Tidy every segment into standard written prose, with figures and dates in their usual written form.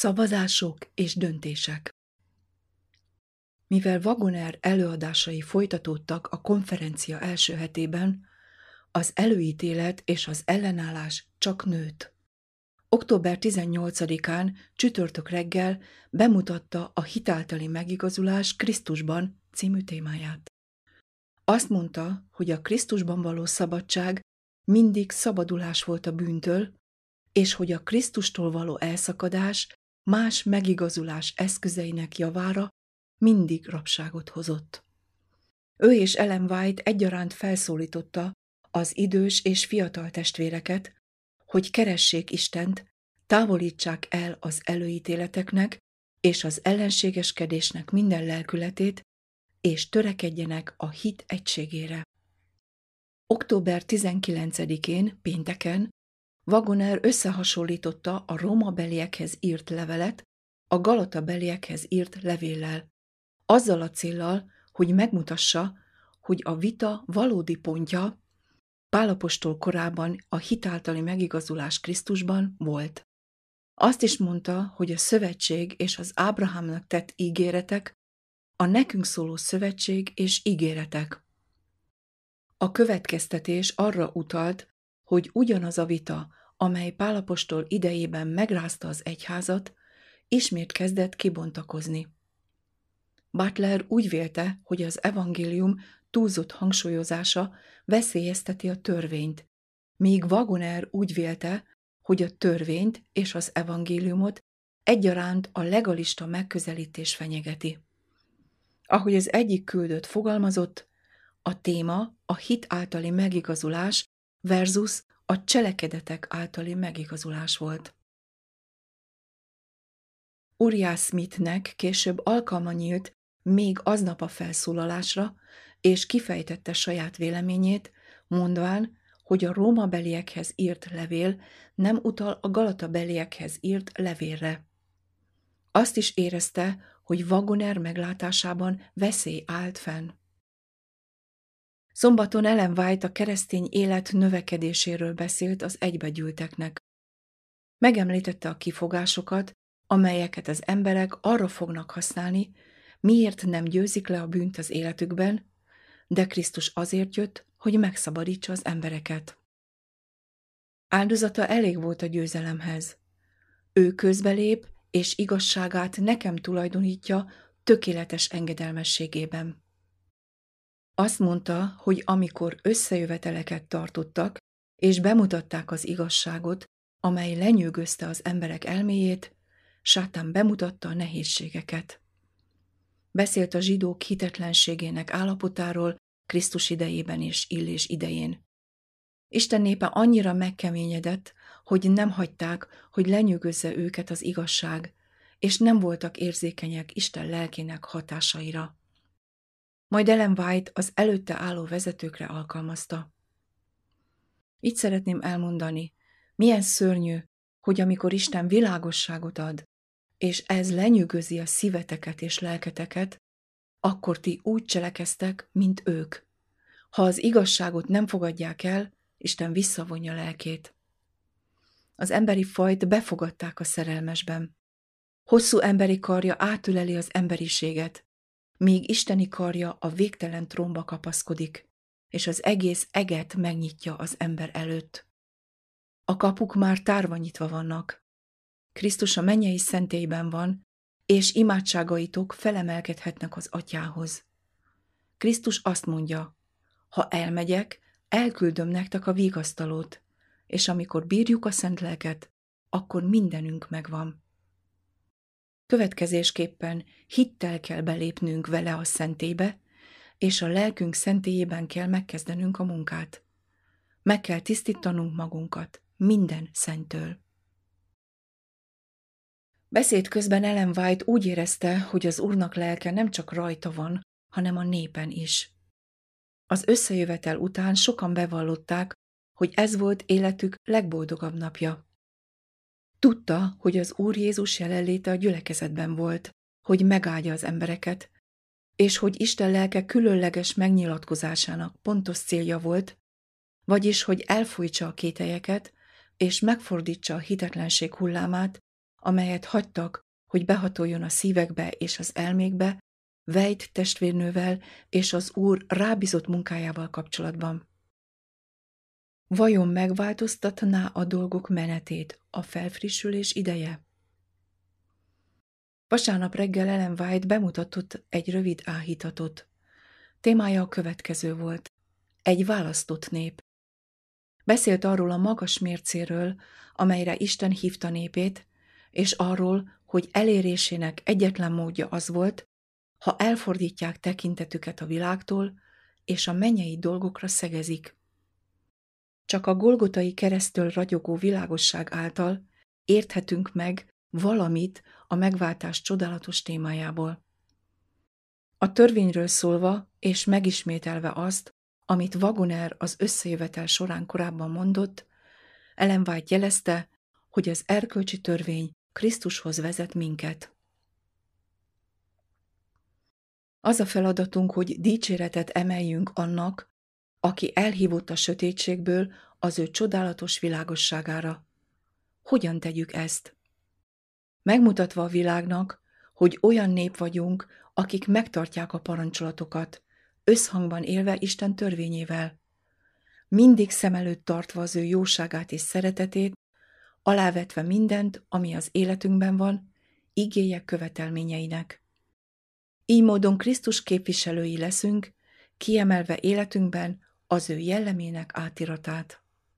Szavazások és döntések. Mivel Wagoner előadásai folytatódtak a konferencia első hetében, az előítélet és az ellenállás csak nőtt. Október 18-án csütörtök reggel bemutatta a Hit általi megigazulás Krisztusban című témáját. Azt mondta, hogy a Krisztusban való szabadság mindig szabadulás volt a bűntől, és hogy a Krisztustól való elszakadás más megigazulás eszközeinek javára mindig rabságot hozott. Ő és Ellen White egyaránt felszólította az idős és fiatal testvéreket, hogy keressék Istent, távolítsák el az előítéleteknek és az ellenségeskedésnek minden lelkületét, és törekedjenek a hit egységére. Október 19-én, pénteken, Wagoner összehasonlította a rómabeliekhez írt levelet a galatabeliekhez írt levéllel, azzal a céllal, hogy megmutassa, hogy a vita valódi pontja Pál apostol korában a hit általi megigazulás Krisztusban volt. Azt is mondta, hogy a szövetség és az Ábrahámnak tett ígéretek a nekünk szóló szövetség és ígéretek. A következtetés arra utalt, hogy ugyanaz a vita, amely Pál apostol idejében megrázta az egyházat, ismét kezdett kibontakozni. Butler úgy vélte, hogy az evangélium túlzott hangsúlyozása veszélyezteti a törvényt, míg Wagoner úgy vélte, hogy a törvényt és az evangéliumot egyaránt a legalista megközelítés fenyegeti. Ahogy az egyik küldött fogalmazott, a téma a hit általi megigazulás versus a cselekedetek általi megigazulás volt. Uriah Smithnek később alkalma nyílt még aznap a felszólalásra, és kifejtette saját véleményét, mondván, hogy a rómabeliekhez írt levél nem utal a galatabeliekhez írt levélre. Azt is érezte, hogy Wagoner meglátásában veszély állt fenn. Szombaton Ellen White a keresztény élet növekedéséről beszélt az egybegyűlteknek. Megemlítette a kifogásokat, amelyeket az emberek arra fognak használni, miért nem győzik le a bűnt az életükben, de Krisztus azért jött, hogy megszabadítsa az embereket. Áldozata elég volt a győzelemhez. Ő közbelép, és igazságát nekem tulajdonítja tökéletes engedelmességében. Azt mondta, hogy amikor összejöveteleket tartottak, és bemutatták az igazságot, amely lenyűgözte az emberek elméjét, Sátán bemutatta a nehézségeket. Beszélt a zsidók hitetlenségének állapotáról Krisztus idejében és Illés idején. Isten népe annyira megkeményedett, hogy nem hagyták, hogy lenyűgözze őket az igazság, és nem voltak érzékenyek Isten lelkének hatásaira. Majd Ellen White az előtte álló vezetőkre alkalmazta. Így szeretném elmondani, milyen szörnyű, hogy amikor Isten világosságot ad, és ez lenyűgözi a szíveteket és lelketeket, akkor ti úgy cselekeztek, mint ők. Ha az igazságot nem fogadják el, Isten visszavonja lelkét. Az emberi fajt befogadták a szerelmesben. Hosszú emberi karja átüleli az emberiséget, míg isteni karja a végtelen trónba kapaszkodik, és az egész eget megnyitja az ember előtt. A kapuk már tárva nyitva vannak. Krisztus a mennyei szentélyben van, és imádságaitok felemelkedhetnek az Atyához. Krisztus azt mondja, ha elmegyek, elküldöm nektek a vigasztalót, és amikor bírjuk a szent lelket, akkor mindenünk megvan. Következésképpen hittel kell belépnünk vele a szentélybe, és a lelkünk szentélyében kell megkezdenünk a munkát. Meg kell tisztítanunk magunkat minden szenttől. Beszéd közben Ellen White úgy érezte, hogy az Úrnak lelke nem csak rajta van, hanem a népen is. Az összejövetel után sokan bevallották, hogy ez volt életük legboldogabb napja. Tudta, hogy az Úr Jézus jelenléte a gyülekezetben volt, hogy megáldja az embereket, és hogy Isten lelke különleges megnyilatkozásának pontos célja volt, vagyis hogy elfújtsa a kételyeket, és megfordítsa a hitetlenség hullámát, amelyet hagytak, hogy behatoljon a szívekbe és az elmékbe, White testvérnővel és az Úr rábízott munkájával kapcsolatban. Vajon megváltoztatná a dolgok menetét a felfrissülés ideje? Vasárnap reggel Ellen White bemutatott egy rövid áhítatot. Témája a következő volt: egy választott nép. Beszélt arról a magas mércéről, amelyre Isten hívta népét, és arról, hogy elérésének egyetlen módja az volt, ha elfordítják tekintetüket a világtól, és a mennyei dolgokra szegezik. Csak a Golgotai keresztől ragyogó világosság által érthetünk meg valamit a megváltás csodálatos témájából. A törvényről szólva és megismételve azt, amit Wagoner az összejövetel során korábban mondott, Ellen White jelezte, hogy az erkölcsi törvény Krisztushoz vezet minket. Az a feladatunk, hogy dicséretet emeljünk annak, aki elhívott a sötétségből az ő csodálatos világosságára. Hogyan tegyük ezt? Megmutatva a világnak, hogy olyan nép vagyunk, akik megtartják a parancsolatokat, összhangban élve Isten törvényével, mindig szem előtt tartva az ő jóságát és szeretetét, alávetve mindent, ami az életünkben van, igéje követelményeinek. Így módon Krisztus képviselői leszünk, kiemelve életünkben az ő jellemének átiratát.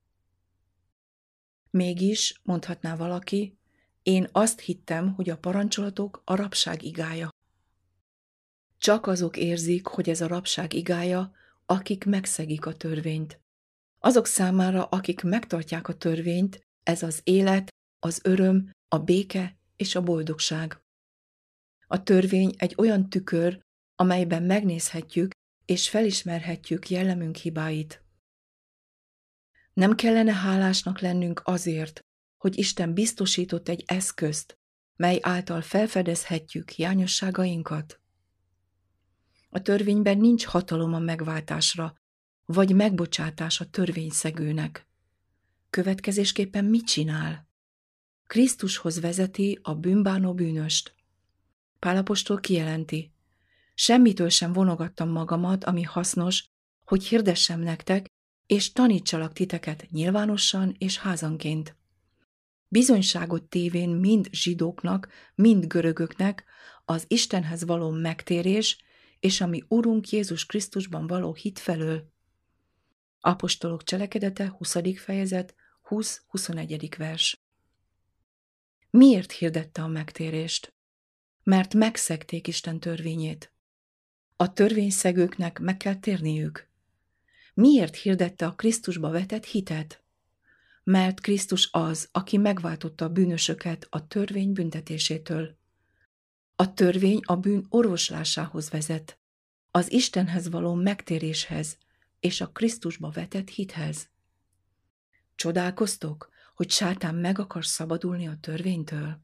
Mégis, mondhatná valaki, én azt hittem, hogy a parancsolatok a rabság igája. Csak azok érzik, hogy ez a rabság igája, akik megszegik a törvényt. Azok számára, akik megtartják a törvényt, ez az élet, az öröm, a béke és a boldogság. A törvény egy olyan tükör, amelyben megnézhetjük és felismerhetjük jellemünk hibáit. Nem kellene hálásnak lennünk azért, hogy Isten biztosított egy eszközt, mely által felfedezhetjük hiányosságainkat? A törvényben nincs hatalom a megváltásra, vagy megbocsátás a törvényszegőnek. Következésképpen mit csinál? Krisztushoz vezeti a bűnbánó bűnöst. Pál apostol kijelenti: semmitől sem vonogattam magamat, ami hasznos, hogy hirdessem nektek, és tanítsalak titeket nyilvánosan és házanként. Bizonyságot tévén mind zsidóknak, mind görögöknek az Istenhez való megtérés és a mi Urunk Jézus Krisztusban való hit felől. Apostolok cselekedete, 20. fejezet, 20-21. vers. Miért hirdette a megtérést? Mert megszegték Isten törvényét. A törvényszegőknek meg kell térniük. Miért hirdette a Krisztusba vetett hitet? Mert Krisztus az, aki megváltotta a bűnösöket a törvény büntetésétől. A törvény a bűn orvoslásához vezet, az Istenhez való megtéréshez és a Krisztusba vetett hithez. Csodálkoztok, hogy sátán meg akar szabadulni a törvénytől?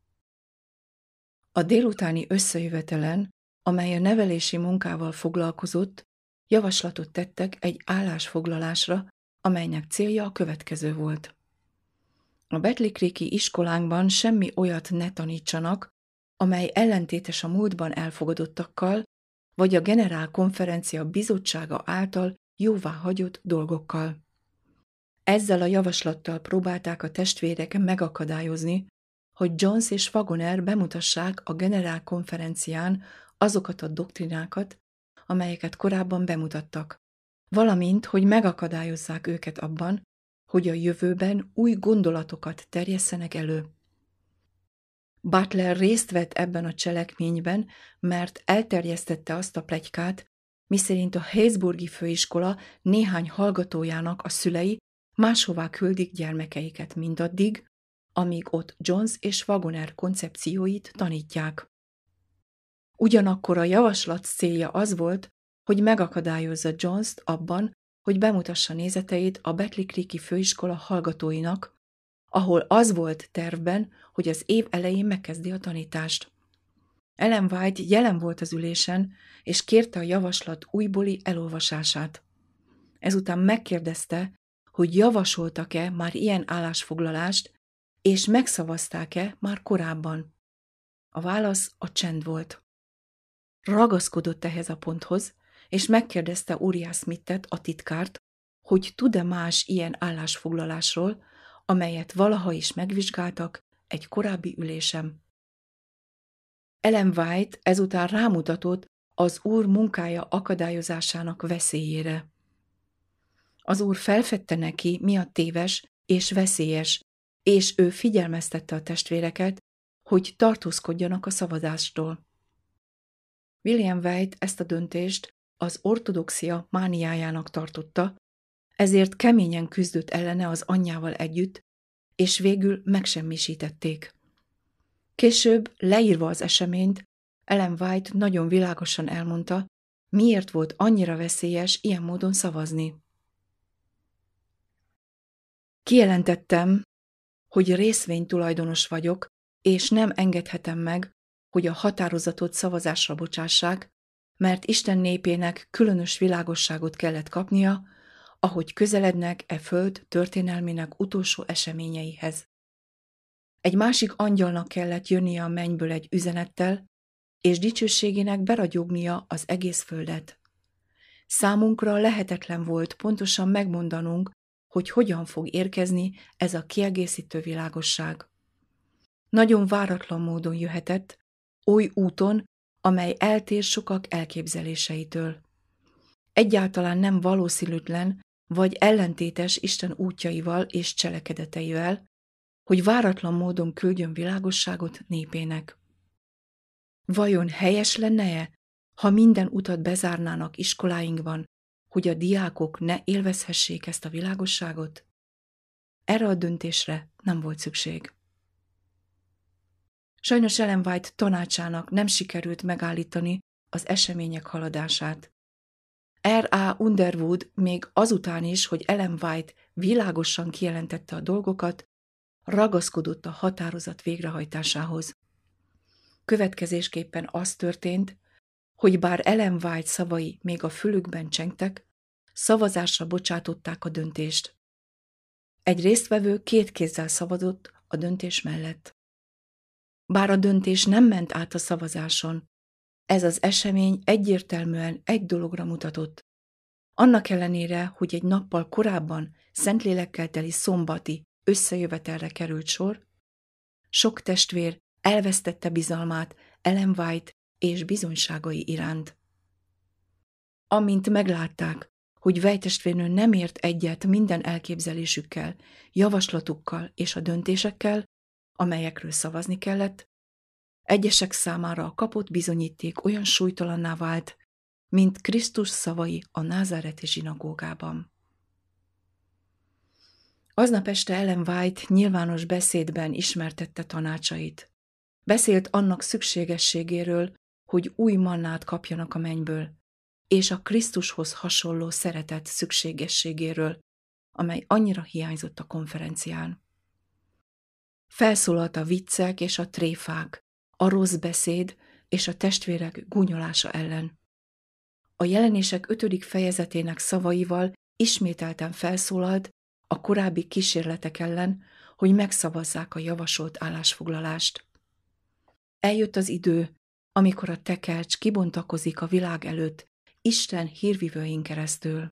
A délutáni összejövetelen, amely a nevelési munkával foglalkozott, javaslatot tettek egy állásfoglalásra, amelynek célja a következő volt. A Battle Creek-i iskolánkban semmi olyat ne tanítsanak, amely ellentétes a múltban elfogadottakkal, vagy a generálkonferencia bizottsága által jóváhagyott dolgokkal. Ezzel a javaslattal próbálták a testvérek megakadályozni, hogy Jones és Wagoner bemutassák a generálkonferencián azokat a doktrinákat, amelyeket korábban bemutattak, valamint, hogy megakadályozzák őket abban, hogy a jövőben új gondolatokat terjesszenek elő. Butler részt vett ebben a cselekményben, mert elterjesztette azt a pletykát, miszerint a Hayesburgi főiskola néhány hallgatójának a szülei máshová küldik gyermekeiket mindaddig, amíg ott Jones és Wagoner koncepcióit tanítják. Ugyanakkor a javaslat célja az volt, hogy megakadályozza Jones-t abban, hogy bemutassa nézeteit a Battle Creek-i főiskola hallgatóinak, ahol az volt tervben, hogy az év elején megkezdi a tanítást. Ellen White jelen volt az ülésen, és kérte a javaslat újbóli elolvasását. Ezután megkérdezte, hogy javasoltak-e már ilyen állásfoglalást, és megszavazták-e már korábban? A válasz a csend volt. Ragaszkodott ehhez a ponthoz, és megkérdezte Uriah Smithet, a titkárt, hogy tud-e más ilyen állásfoglalásról, amelyet valaha is megvizsgáltak egy korábbi ülésem. Ellen White ezután rámutatott az úr munkája akadályozásának veszélyére. Az úr felfedte neki, mi a téves és veszélyes, és ő figyelmeztette a testvéreket, hogy tartózkodjanak a szavazástól. William White ezt a döntést az ortodoxia mániájának tartotta, ezért keményen küzdött ellene az anyjával együtt, és végül megsemmisítették. Később, leírva az eseményt, Ellen White nagyon világosan elmondta, miért volt annyira veszélyes ilyen módon szavazni. Kijelentettem, hogy részvénytulajdonos vagyok, és nem engedhetem meg, hogy a határozatot szavazásra bocsássák, mert Isten népének különös világosságot kellett kapnia, ahogy közelednek e föld történelmének utolsó eseményeihez. Egy másik angyalnak kellett jönnie a mennyből egy üzenettel, és dicsőségének beragyognia az egész földet. Számunkra lehetetlen volt pontosan megmondanunk, hogy hogyan fog érkezni ez a kiegészítő világosság. Nagyon váratlan módon jöhetett, oly úton, amely eltér sokak elképzeléseitől. Egyáltalán nem valószínűtlen vagy ellentétes Isten útjaival és cselekedeteivel, hogy váratlan módon küldjön világosságot népének. Vajon helyes lenne-e, ha minden utat bezárnának iskoláinkban, hogy a diákok ne élvezhessék ezt a világosságot? Erre a döntésre nem volt szükség. Sajnos Ellen White tanácsának nem sikerült megállítani az események haladását. R.A. Underwood még azután is, hogy Ellen White világosan kijelentette a dolgokat, ragaszkodott a határozat végrehajtásához. Következésképpen az történt, hogy bár Ellen White szavai még a fülükben csengtek, szavazásra bocsátották a döntést. Egy résztvevő 2 kézzel szavazott a döntés mellett. Bár a döntés nem ment át a szavazáson, ez az esemény egyértelműen egy dologra mutatott. Annak ellenére, hogy egy nappal korábban Szentlélekkel teli szombati összejövetelre került sor, sok testvér elvesztette bizalmát Ellen White és bizonyságai iránt. Amint meglátták, hogy White testvérnő nem ért egyet minden elképzelésükkel, javaslatukkal és a döntésekkel, amelyekről szavazni kellett, egyesek számára a kapott bizonyíték olyan súlytalanná vált, mint Krisztus szavai a názáreti zsinagógában. Aznap este Ellen White nyilvános beszédben ismertette tanácsait. Beszélt annak szükségességéről, hogy új mannát kapjanak a mennyből, és a Krisztushoz hasonló szeretet szükségességéről, amely annyira hiányzott a konferencián. Felszólalt a viccek és a tréfák, a rossz beszéd és a testvérek gúnyolása ellen. A Jelenések 5. fejezetének szavaival ismételten felszólalt a korábbi kísérletek ellen, hogy megszavazzák a javasolt állásfoglalást. Eljött az idő, amikor a tekercs kibontakozik a világ előtt Isten hírvivőin keresztül.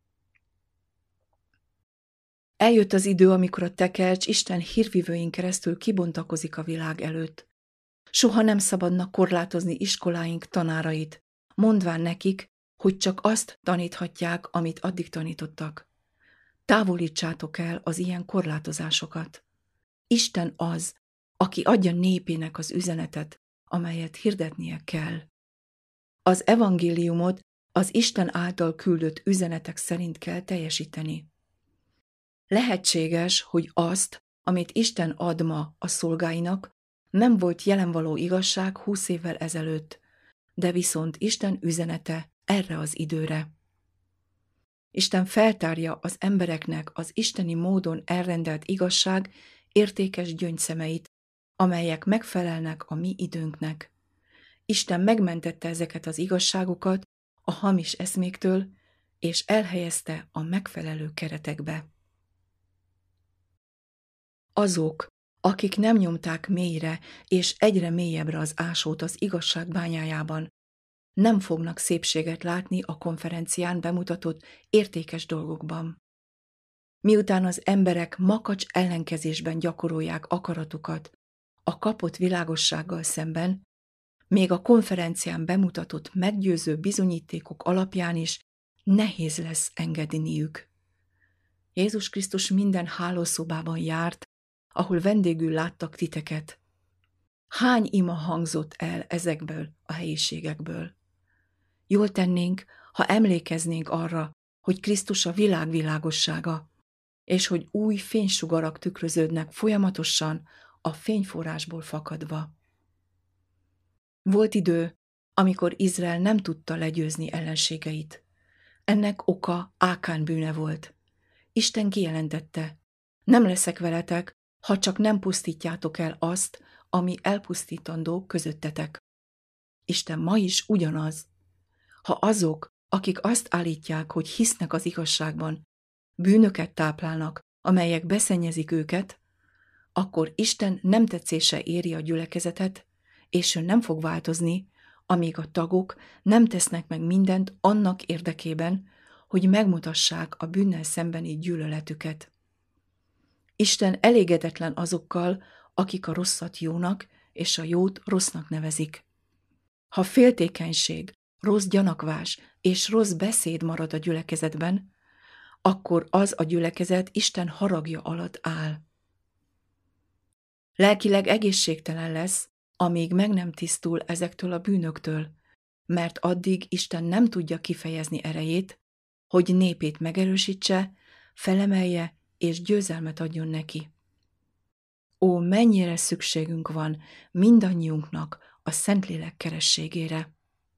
Eljött az idő, amikor a tekercs Isten hírvivőin keresztül kibontakozik a világ előtt. Soha nem szabadna korlátozni iskoláink tanárait, mondván nekik, hogy csak azt taníthatják, amit addig tanítottak. Távolítsátok el az ilyen korlátozásokat. Isten az, aki adja népének az üzenetet, amelyet hirdetnie kell. Az evangéliumot az Isten által küldött üzenetek szerint kell teljesíteni. Lehetséges, hogy azt, amit Isten ad ma a szolgáinak, nem volt jelenvaló igazság 20 évvel ezelőtt, de viszont Isten üzenete erre az időre. Isten feltárja az embereknek az isteni módon elrendelt igazság értékes gyöngyszemeit, amelyek megfelelnek a mi időnknek. Isten megmentette ezeket az igazságokat a hamis eszméktől, és elhelyezte a megfelelő keretekbe. Azok, akik nem nyomták mélyre és egyre mélyebbre az ásót az igazság bányájában, nem fognak szépséget látni a konferencián bemutatott értékes dolgokban. Miután az emberek makacs ellenkezésben gyakorolják akaratukat a kapott világossággal szemben, még a konferencián bemutatott meggyőző bizonyítékok alapján is nehéz lesz engedniük. Jézus Krisztus minden hálószobában járt, ahol vendégül láttak titeket. Hány ima hangzott el ezekből a helyiségekből? Jól tennénk, ha emlékeznénk arra, hogy Krisztus a világ világossága, és hogy új fénysugarak tükröződnek folyamatosan a fényforrásból fakadva. Volt idő, amikor Izrael nem tudta legyőzni ellenségeit. Ennek oka Ákán bűne volt. Isten kijelentette, nem leszek veletek, ha csak nem pusztítjátok el azt, ami elpusztítandó közöttetek. Isten ma is ugyanaz. Ha azok, akik azt állítják, hogy hisznek az igazságban, bűnöket táplálnak, amelyek beszennyezik őket, akkor Isten nem tetszése éri a gyülekezetet, és ő nem fog változni, amíg a tagok nem tesznek meg mindent annak érdekében, hogy megmutassák a bűnnel szembeni gyűlöletüket. Isten elégedetlen azokkal, akik a rosszat jónak és a jót rossznak nevezik. Ha féltékenység, rossz gyanakvás és rossz beszéd marad a gyülekezetben, akkor az a gyülekezet Isten haragja alatt áll. Lelkileg egészségtelen lesz, amíg meg nem tisztul ezektől a bűnöktől, mert addig Isten nem tudja kifejezni erejét, hogy népét megerősítse, felemelje és győzelmet adjon neki. Ó, mennyire szükségünk van mindannyiunknak a Szentlélek kerességére.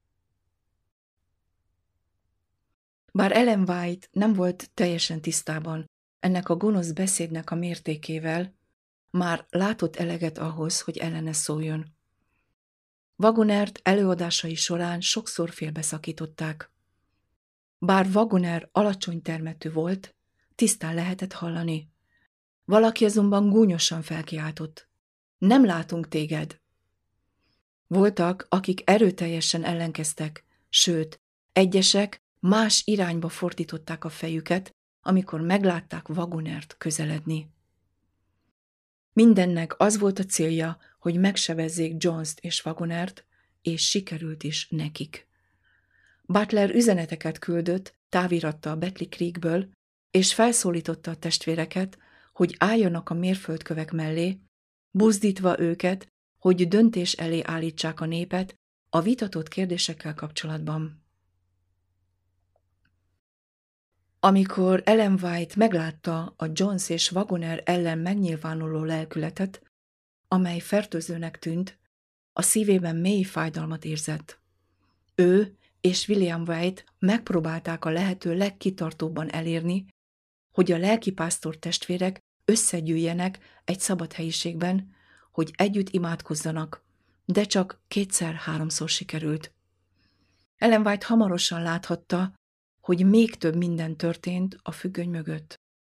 Bár Ellen White nem volt teljesen tisztában ennek a gonosz beszédnek a mértékével, már látott eleget ahhoz, hogy ellene szóljon. Wagonert előadásai során sokszor félbeszakították. Bár Wagoner alacsony termetű volt, tisztán lehetett hallani. Valaki azonban gúnyosan felkiáltott. Nem látunk téged! Voltak, akik erőteljesen ellenkeztek, sőt, egyesek más irányba fordították a fejüket, amikor meglátták Wagonert közeledni. Mindennek az volt a célja, hogy megsebezzék Jonest és Wagonert, és sikerült is nekik. Butler üzeneteket küldött távirattal Battle Creekből, és felszólította a testvéreket, hogy álljanak a mérföldkövek mellé, buzdítva őket, hogy döntés elé állítsák a népet a vitatott kérdésekkel kapcsolatban. Amikor Ellen White meglátta a Jones és Wagoner ellen megnyilvánuló lelkületet, amely fertőzőnek tűnt, a szívében mély fájdalmat érzett. Ő és William White megpróbálták a lehető legkitartóbban elérni, hogy a lelkipásztor testvérek összegyűjjenek egy szabad helyiségben, hogy együtt imádkozzanak, de csak 2-3-szor sikerült. Ellen White hamarosan láthatta, hogy még több minden történt a függöny mögött.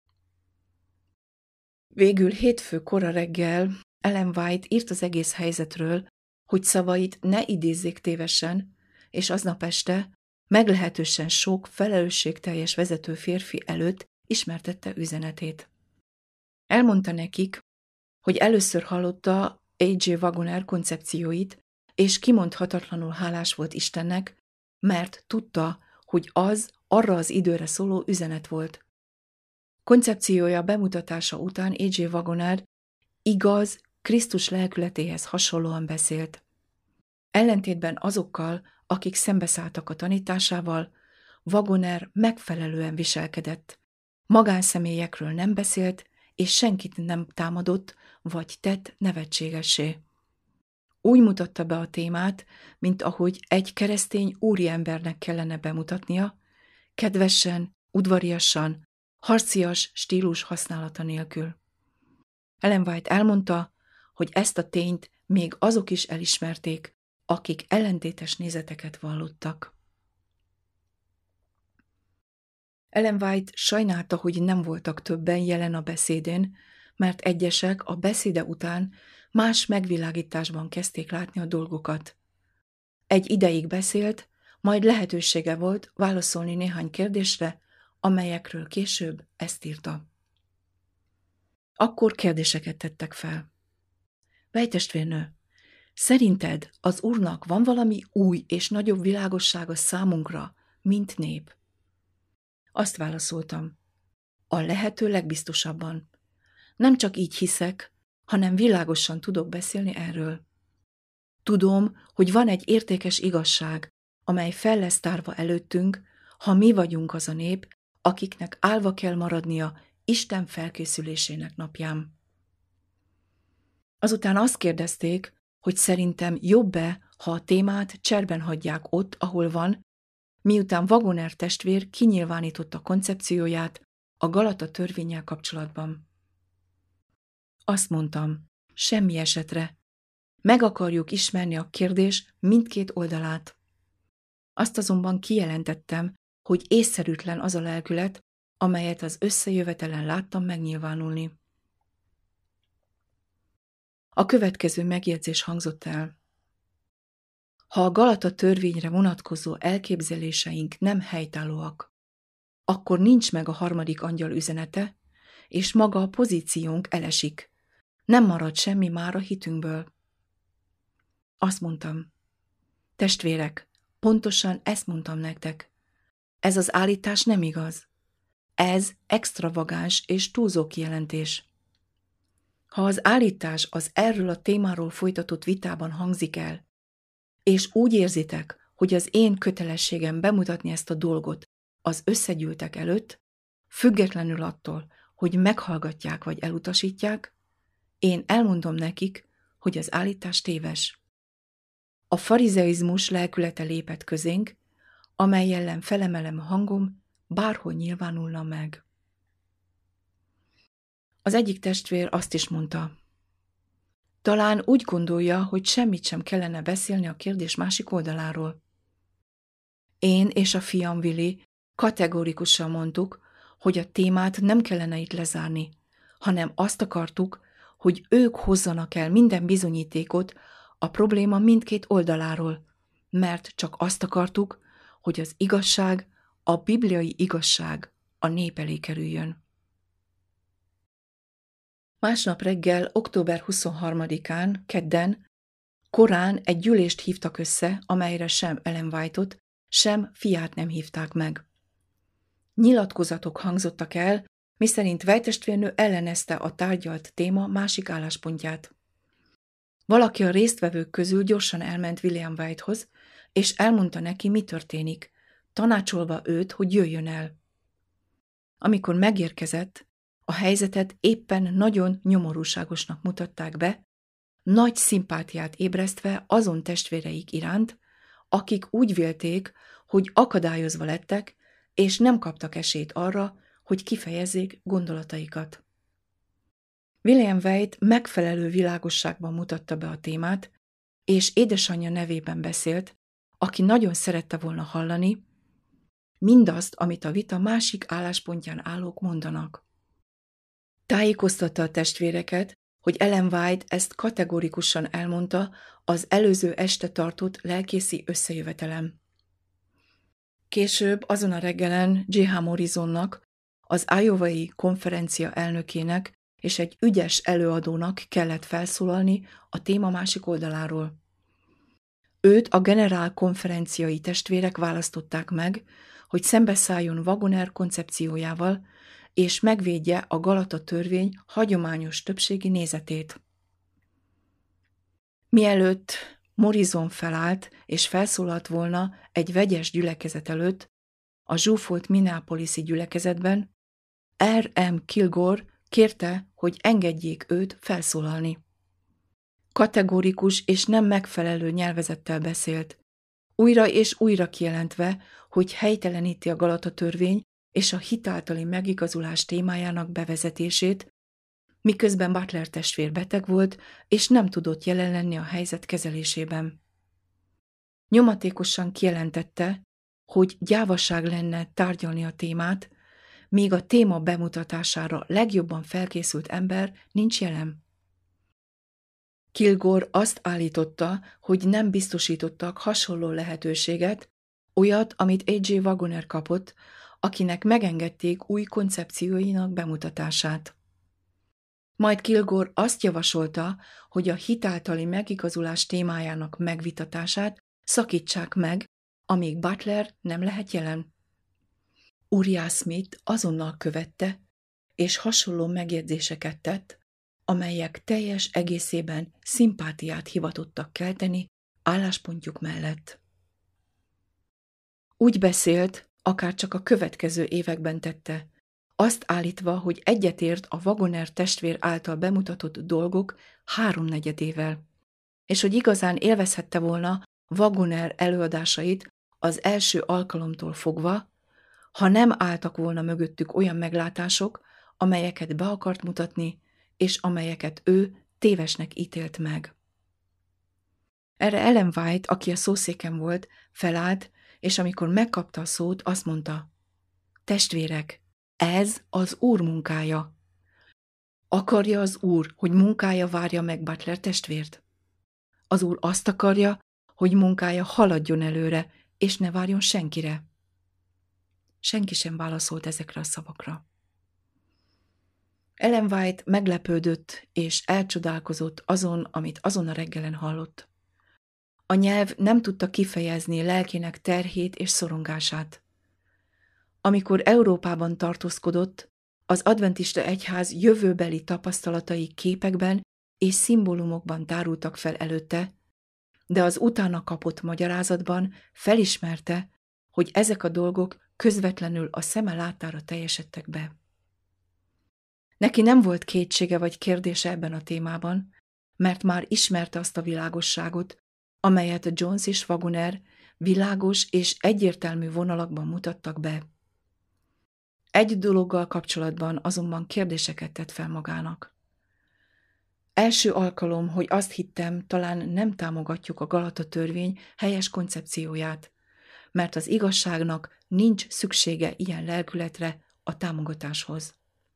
Végül hétfő kora reggel Ellen White írt az egész helyzetről, hogy szavait ne idézzék tévesen, és aznap este meglehetősen sok felelősségteljes vezető férfi előtt ismertette üzenetét. Elmondta nekik, hogy először hallotta A.J. Wagoner koncepcióit, és kimondhatatlanul hálás volt Istennek, mert tudta, hogy az arra az időre szóló üzenet volt. Koncepciója bemutatása után A.J. Wagoner igaz, Krisztus lelkületéhez hasonlóan beszélt. Ellentétben azokkal, akik szembeszálltak a tanításával, Wagoner megfelelően viselkedett. Magánszemélyekről nem beszélt, és senkit nem támadott, vagy tett nevetségessé. Úgy mutatta be a témát, mint ahogy egy keresztény úriembernek kellene bemutatnia, kedvesen, udvariasan, harcias stílus használata nélkül. Ellen White elmondta, hogy ezt a tényt még azok is elismerték, akik ellentétes nézeteket vallottak. Ellen White sajnálta, hogy nem voltak többen jelen a beszédén, mert egyesek a beszéde után más megvilágításban kezdték látni a dolgokat. Egy ideig beszélt, majd lehetősége volt válaszolni néhány kérdésre, amelyekről később ezt írta. Akkor kérdéseket tettek fel. Vejtestvérnő, szerinted az Úrnak van valami új és nagyobb világossága számunkra, mint nép? Azt válaszoltam. A lehető legbiztosabban. Nem csak így hiszek, hanem világosan tudok beszélni erről. Tudom, hogy van egy értékes igazság, amely fel lesz tárva előttünk, ha mi vagyunk az a nép, akiknek állva kell maradnia Isten felkészülésének napján. Azután azt kérdezték, hogy szerintem jobb-e, ha a témát cserben hagyják ott, ahol van, miután Wagoner testvér kinyilvánította koncepcióját a Galata törvénnyel kapcsolatban. Azt mondtam, semmi esetre. Meg akarjuk ismerni a kérdés mindkét oldalát. Azt azonban kijelentettem, hogy észszerűtlen az a lelkület, amelyet az összejövetelen láttam megnyilvánulni. A következő megjegyzés hangzott el. Ha a Galata törvényre vonatkozó elképzeléseink nem helytállóak, akkor nincs meg a harmadik angyal üzenete, és maga a pozíciónk elesik. Nem marad semmi már a hitünkből. Azt mondtam, testvérek, pontosan ezt mondtam nektek. Ez az állítás nem igaz. Ez extravagáns és túlzó kijelentés. Ha az állítás az erről a témáról folytatott vitában hangzik el, és úgy érzitek, hogy az én kötelességem bemutatni ezt a dolgot az összegyűltek előtt, függetlenül attól, hogy meghallgatják vagy elutasítják, én elmondom nekik, hogy az állítás téves. A farizeizmus lelkülete lépett közénk, amely ellen felemelem a hangom, bárhol nyilvánulna meg. Az egyik testvér azt is mondta, talán úgy gondolja, hogy semmit sem kellene beszélni a kérdés másik oldaláról. Én és a fiam Willi kategorikusan mondtuk, hogy a témát nem kellene itt lezárni, hanem azt akartuk, hogy ők hozzanak el minden bizonyítékot a probléma mindkét oldaláról, mert csak azt akartuk, hogy az igazság, a bibliai igazság a nép elé kerüljön. Másnap reggel, október 23-án, kedden, korán egy gyűlést hívtak össze, amelyre sem Ellen White-ot, sem fiát nem hívták meg. Nyilatkozatok hangzottak el, miszerint vejtestvérnő ellenezte a tárgyalt téma másik álláspontját. Valaki a résztvevők közül gyorsan elment William Whitehoz, és elmondta neki, mi történik, tanácsolva őt, hogy jöjjön el. Amikor megérkezett, a helyzetet éppen nagyon nyomorúságosnak mutatták be, nagy szimpátiát ébresztve azon testvéreik iránt, akik úgy vélték, hogy akadályozva lettek, és nem kaptak esélyt arra, hogy kifejezzék gondolataikat. William White megfelelő világosságban mutatta be a témát, és édesanyja nevében beszélt, aki nagyon szerette volna hallani mindazt, amit a vita másik álláspontján állók mondanak. Tájékoztatta a testvéreket, hogy Ellen White ezt kategorikusan elmondta az előző este tartott lelkészi összejövetelem. Később azon a reggelen J.H. Morrisonnak, az Iowai konferencia elnökének és egy ügyes előadónak kellett felszólalni a téma másik oldaláról. Őt a generál konferenciai testvérek választották meg, hogy szembeszálljon Wagoner koncepciójával, és megvédje a Galata törvény hagyományos többségi nézetét. Mielőtt Morrison felállt és felszólalt volna egy vegyes gyülekezet előtt, a zsúfolt Minneapolis-i gyülekezetben, R.M. Kilgore kérte, hogy engedjék őt felszólalni. Kategorikus és nem megfelelő nyelvezettel beszélt, újra és újra kijelentve, hogy helyteleníti a Galata törvény és a hit általi megigazulás témájának bevezetését, miközben Butler testvér beteg volt, és nem tudott jelen lenni a helyzet kezelésében. Nyomatékosan kijelentette, hogy gyávaság lenne tárgyalni a témát, míg a téma bemutatására legjobban felkészült ember nincs jelen. Kilgore azt állította, hogy nem biztosítottak hasonló lehetőséget, olyat, amit A.J. Wagoner kapott, akinek megengedték új koncepcióinak bemutatását. Majd Kilgore azt javasolta, hogy a hitáltali megigazulás témájának megvitatását szakítsák meg, amíg Butler nem lehet jelen. Uriah Smith azonnal követte, és hasonló megjegyzéseket tett, amelyek teljes egészében szimpátiát hivatottak kelteni álláspontjuk mellett. Úgy beszélt, akárcsak a következő években tette, azt állítva, hogy egyetért a Wagoner testvér által bemutatott dolgok 3/4-ével, és hogy igazán élvezhette volna Wagoner előadásait az első alkalomtól fogva, ha nem álltak volna mögöttük olyan meglátások, amelyeket be akart mutatni, és amelyeket ő tévesnek ítélt meg. Erre Ellen White, aki a szószéken volt, felállt, és amikor megkapta a szót, azt mondta: testvérek, ez az Úr munkája. Akarja az Úr, hogy munkája várja meg Butler testvért? Az Úr azt akarja, hogy munkája haladjon előre, és ne várjon senkire. Senki sem válaszolt ezekre a szavakra. Ellen White meglepődött és elcsodálkozott azon, amit azon a reggelen hallott. A nyelv nem tudta kifejezni lelkének terhét és szorongását. Amikor Európában tartózkodott, az adventista egyház jövőbeli tapasztalatai képekben és szimbólumokban tárultak fel előtte, de az utána kapott magyarázatban felismerte, hogy ezek a dolgok közvetlenül a szeme láttára teljesedtek be. Neki nem volt kétsége vagy kérdése ebben a témában, mert már ismerte azt a világosságot, amelyet Jones és Wagoner világos és egyértelmű vonalakban mutattak be. Egy dologgal kapcsolatban azonban kérdéseket tett fel magának. Első alkalom, hogy azt hittem, talán nem támogatjuk a Galata törvény helyes koncepcióját, mert az igazságnak nincs szüksége ilyen lelkületre a támogatáshoz.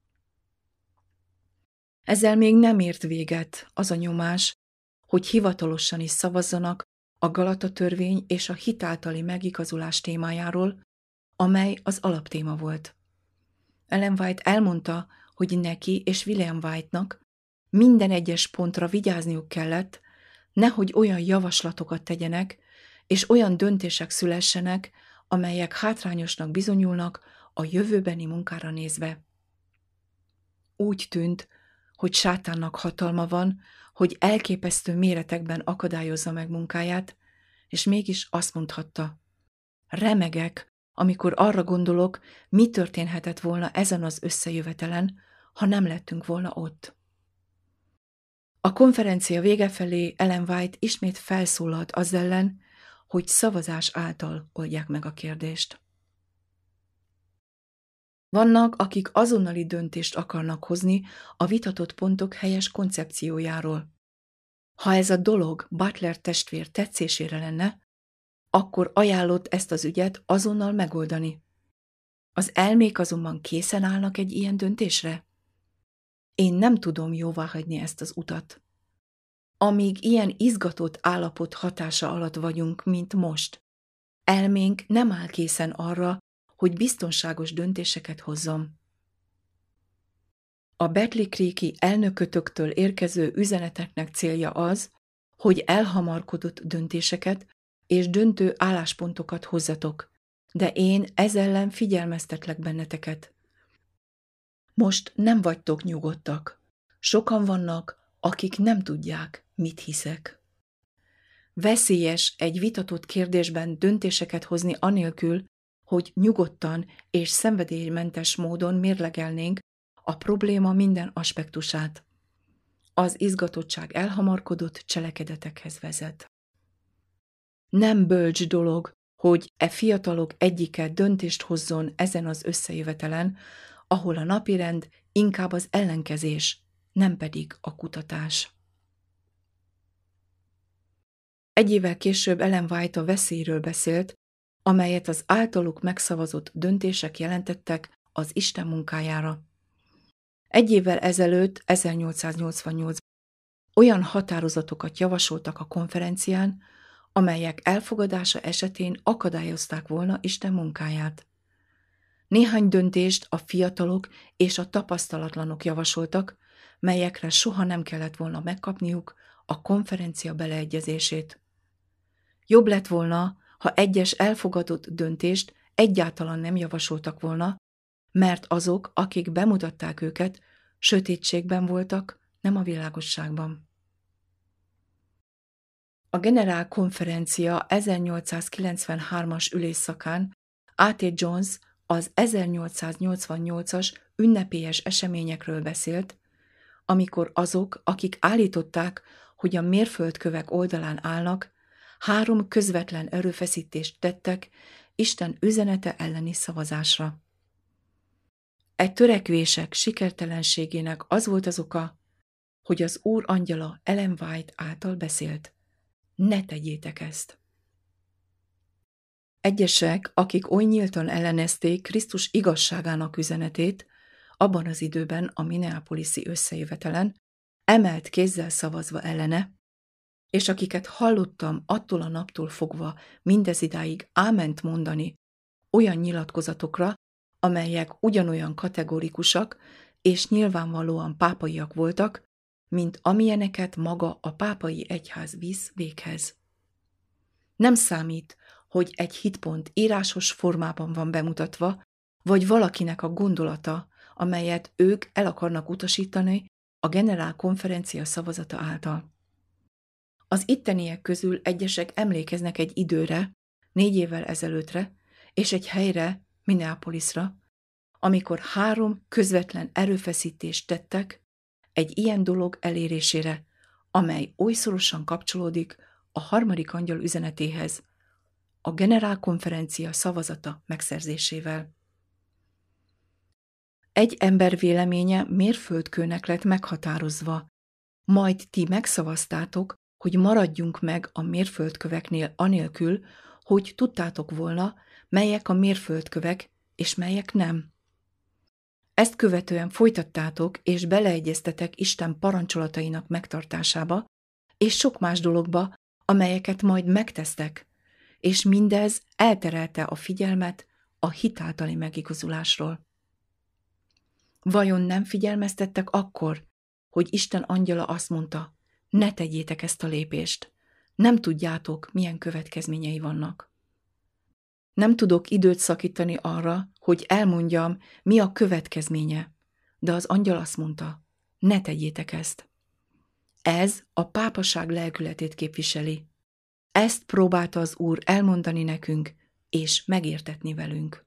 Ezzel még nem ért véget az a nyomás, hogy hivatalosan is szavazzanak a Galata törvény és a hitáltali megigazulás témájáról, amely az alaptéma volt. Ellen White elmondta, hogy neki és William White-nak minden egyes pontra vigyázniuk kellett, nehogy olyan javaslatokat tegyenek, és olyan döntések szülessenek, amelyek hátrányosnak bizonyulnak a jövőbeni munkára nézve. Úgy tűnt, hogy sátánnak hatalma van, hogy elképesztő méretekben akadályozza meg munkáját, és mégis azt mondhatta: remegek, amikor arra gondolok, mi történhetett volna ezen az összejövetelen, ha nem lettünk volna ott. A konferencia vége felé Ellen White ismét felszólalt az ellen, hogy szavazás által oldják meg a kérdést. Vannak, akik azonnali döntést akarnak hozni a vitatott pontok helyes koncepciójáról. Ha ez a dolog Butler testvér tetszésére lenne, akkor ajánlott ezt az ügyet azonnal megoldani. Az elmék azonban készen állnak egy ilyen döntésre? Én nem tudom jóváhagyni ezt az utat. Amíg ilyen izgatott állapot hatása alatt vagyunk, mint most, elménk nem áll készen arra, hogy biztonságos döntéseket hozzon. A Battle Creek-i elnökötöktől érkező üzeneteknek célja az, hogy elhamarkodott döntéseket és döntő álláspontokat hozzatok, de én ez ellen figyelmeztetlek benneteket. Most nem vagytok nyugodtak. Sokan vannak, akik nem tudják, mit hiszek. Veszélyes egy vitatott kérdésben döntéseket hozni anélkül, hogy nyugodtan és szenvedélymentes módon mérlegelnénk a probléma minden aspektusát. Az izgatottság elhamarkodott cselekedetekhez vezet. Nem bölcs dolog, hogy e fiatalok egyike döntést hozzon ezen az összejövetelen, ahol a napirend inkább az ellenkezés, nem pedig a kutatás. Egy évvel később Ellen White a veszélyről beszélt, amelyet az általuk megszavazott döntések jelentettek az Isten munkájára. Egy évvel ezelőtt, 1888-ban olyan határozatokat javasoltak a konferencián, amelyek elfogadása esetén akadályozták volna Isten munkáját. Néhány döntést a fiatalok és a tapasztalatlanok javasoltak, melyekre soha nem kellett volna megkapniuk a konferencia beleegyezését. Jobb lett volna, ha egyes elfogadott döntést egyáltalán nem javasoltak volna, mert azok, akik bemutatták őket, sötétségben voltak, nem a világosságban. A generálkonferencia 1893-as ülésszakán A.T. Jones az 1888-as ünnepélyes eseményekről beszélt, amikor azok, akik állították, hogy a mérföldkövek oldalán állnak, 3 közvetlen erőfeszítést tettek Isten üzenete elleni szavazásra. Egy törekvések sikertelenségének az volt az oka, hogy az Úr angyala Ellen White által beszélt. Ne tegyétek ezt! Egyesek, akik oly nyíltan ellenezték Krisztus igazságának üzenetét, abban az időben a Minneapolis-i összejövetelen, emelt kézzel szavazva ellene, és akiket hallottam attól a naptól fogva mindezidáig áment mondani olyan nyilatkozatokra, amelyek ugyanolyan kategorikusak és nyilvánvalóan pápaiak voltak, mint amilyeneket maga a pápai egyház visz véghez. Nem számít, hogy egy hitpont írásos formában van bemutatva, vagy valakinek a gondolata, amelyet ők el akarnak utasítani a generálkonferencia szavazata által. Az itteniek közül egyesek emlékeznek egy időre, 4 évvel ezelőttre, és egy helyre, Minneapolisra, amikor 3 közvetlen erőfeszítést tettek egy ilyen dolog elérésére, amely oly szorosan kapcsolódik a harmadik angyal üzenetéhez, a generálkonferencia szavazata megszerzésével. Egy ember véleménye mérföldkőnek lett meghatározva, majd ti megszavaztátok, hogy maradjunk meg a mérföldköveknél anélkül, hogy tudtátok volna, melyek a mérföldkövek, és melyek nem. Ezt követően folytattátok, és beleegyeztetek Isten parancsolatainak megtartásába, és sok más dologba, amelyeket majd megtesztek, és mindez elterelte a figyelmet a hit általi megigazulásról. Vajon nem figyelmeztettek akkor, hogy Isten angyala azt mondta, ne tegyétek ezt a lépést, nem tudjátok, milyen következményei vannak. Nem tudok időt szakítani arra, hogy elmondjam, mi a következménye, de az angyal azt mondta, ne tegyétek ezt. Ez a pápaság lelkületét képviseli. Ezt próbálta az Úr elmondani nekünk, és megértetni velünk.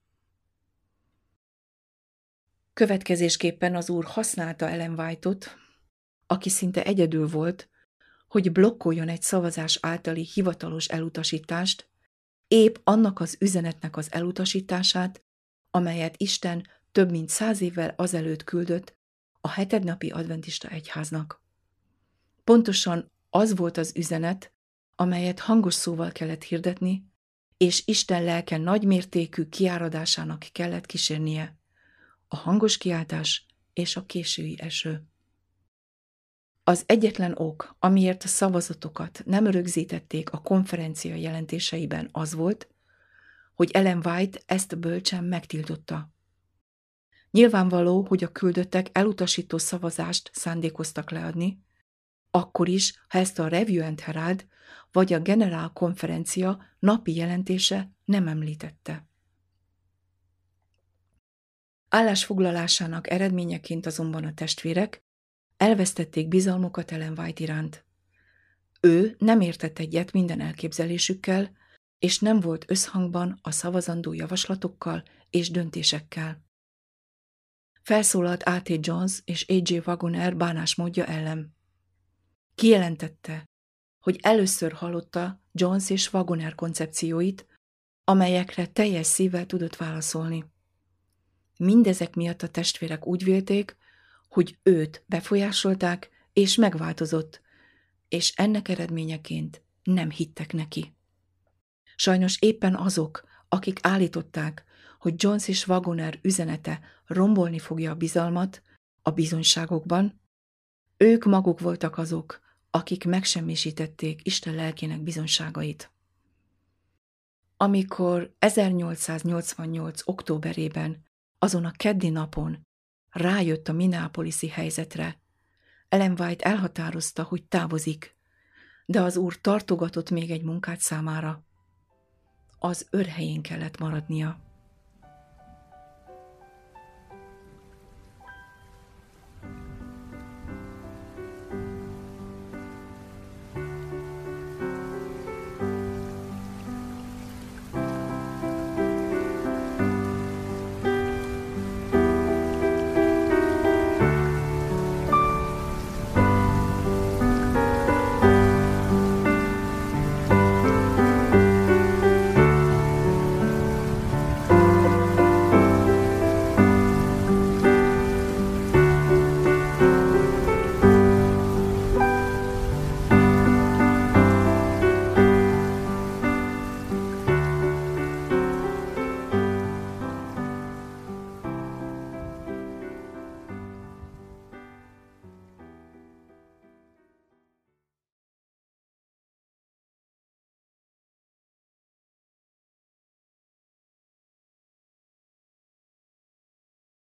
Következésképpen az Úr használta Ellen White-ot, aki szinte egyedül volt, hogy blokkoljon egy szavazás általi hivatalos elutasítást, épp annak az üzenetnek az elutasítását, amelyet Isten több mint 100 évvel azelőtt küldött a hetednapi adventista egyháznak. Pontosan az volt az üzenet, amelyet hangos szóval kellett hirdetni, és Isten lelke nagymértékű kiáradásának kellett kísérnie, a hangos kiáltás és a késői eső. Az egyetlen ok, amiért a szavazatokat nem rögzítették a konferencia jelentéseiben, az volt, hogy Ellen White ezt bölcsen megtiltotta. Nyilvánvaló, hogy a küldöttek elutasító szavazást szándékoztak leadni, akkor is, ha ezt a Review and Herald vagy a Generál konferencia napi jelentése nem említette. Állásfoglalásának eredményeként azonban a testvérek elvesztették bizalmukat Ellen White iránt. Ő nem értett egyet minden elképzelésükkel, és nem volt összhangban a szavazandó javaslatokkal és döntésekkel. Felszólalt A.T. Jones és A.J. Wagoner bánásmódja ellen. Kijelentette, hogy először hallotta Jones és Wagoner koncepcióit, amelyekre teljes szívvel tudott válaszolni. Mindezek miatt a testvérek úgy vélték, hogy őt befolyásolták és megváltozott, és ennek eredményeként nem hittek neki. Sajnos éppen azok, akik állították, hogy Jones és Wagoner üzenete rombolni fogja a bizalmat a bizonyságokban, ők maguk voltak azok, akik megsemmisítették Isten lelkének bizonyságait. Amikor 1888. októberében, azon a keddi napon rájött a minneapolis-i helyzetre, Ellen White elhatározta, hogy távozik, de az úr tartogatott még egy munkát számára. Az őrhelyén kellett maradnia.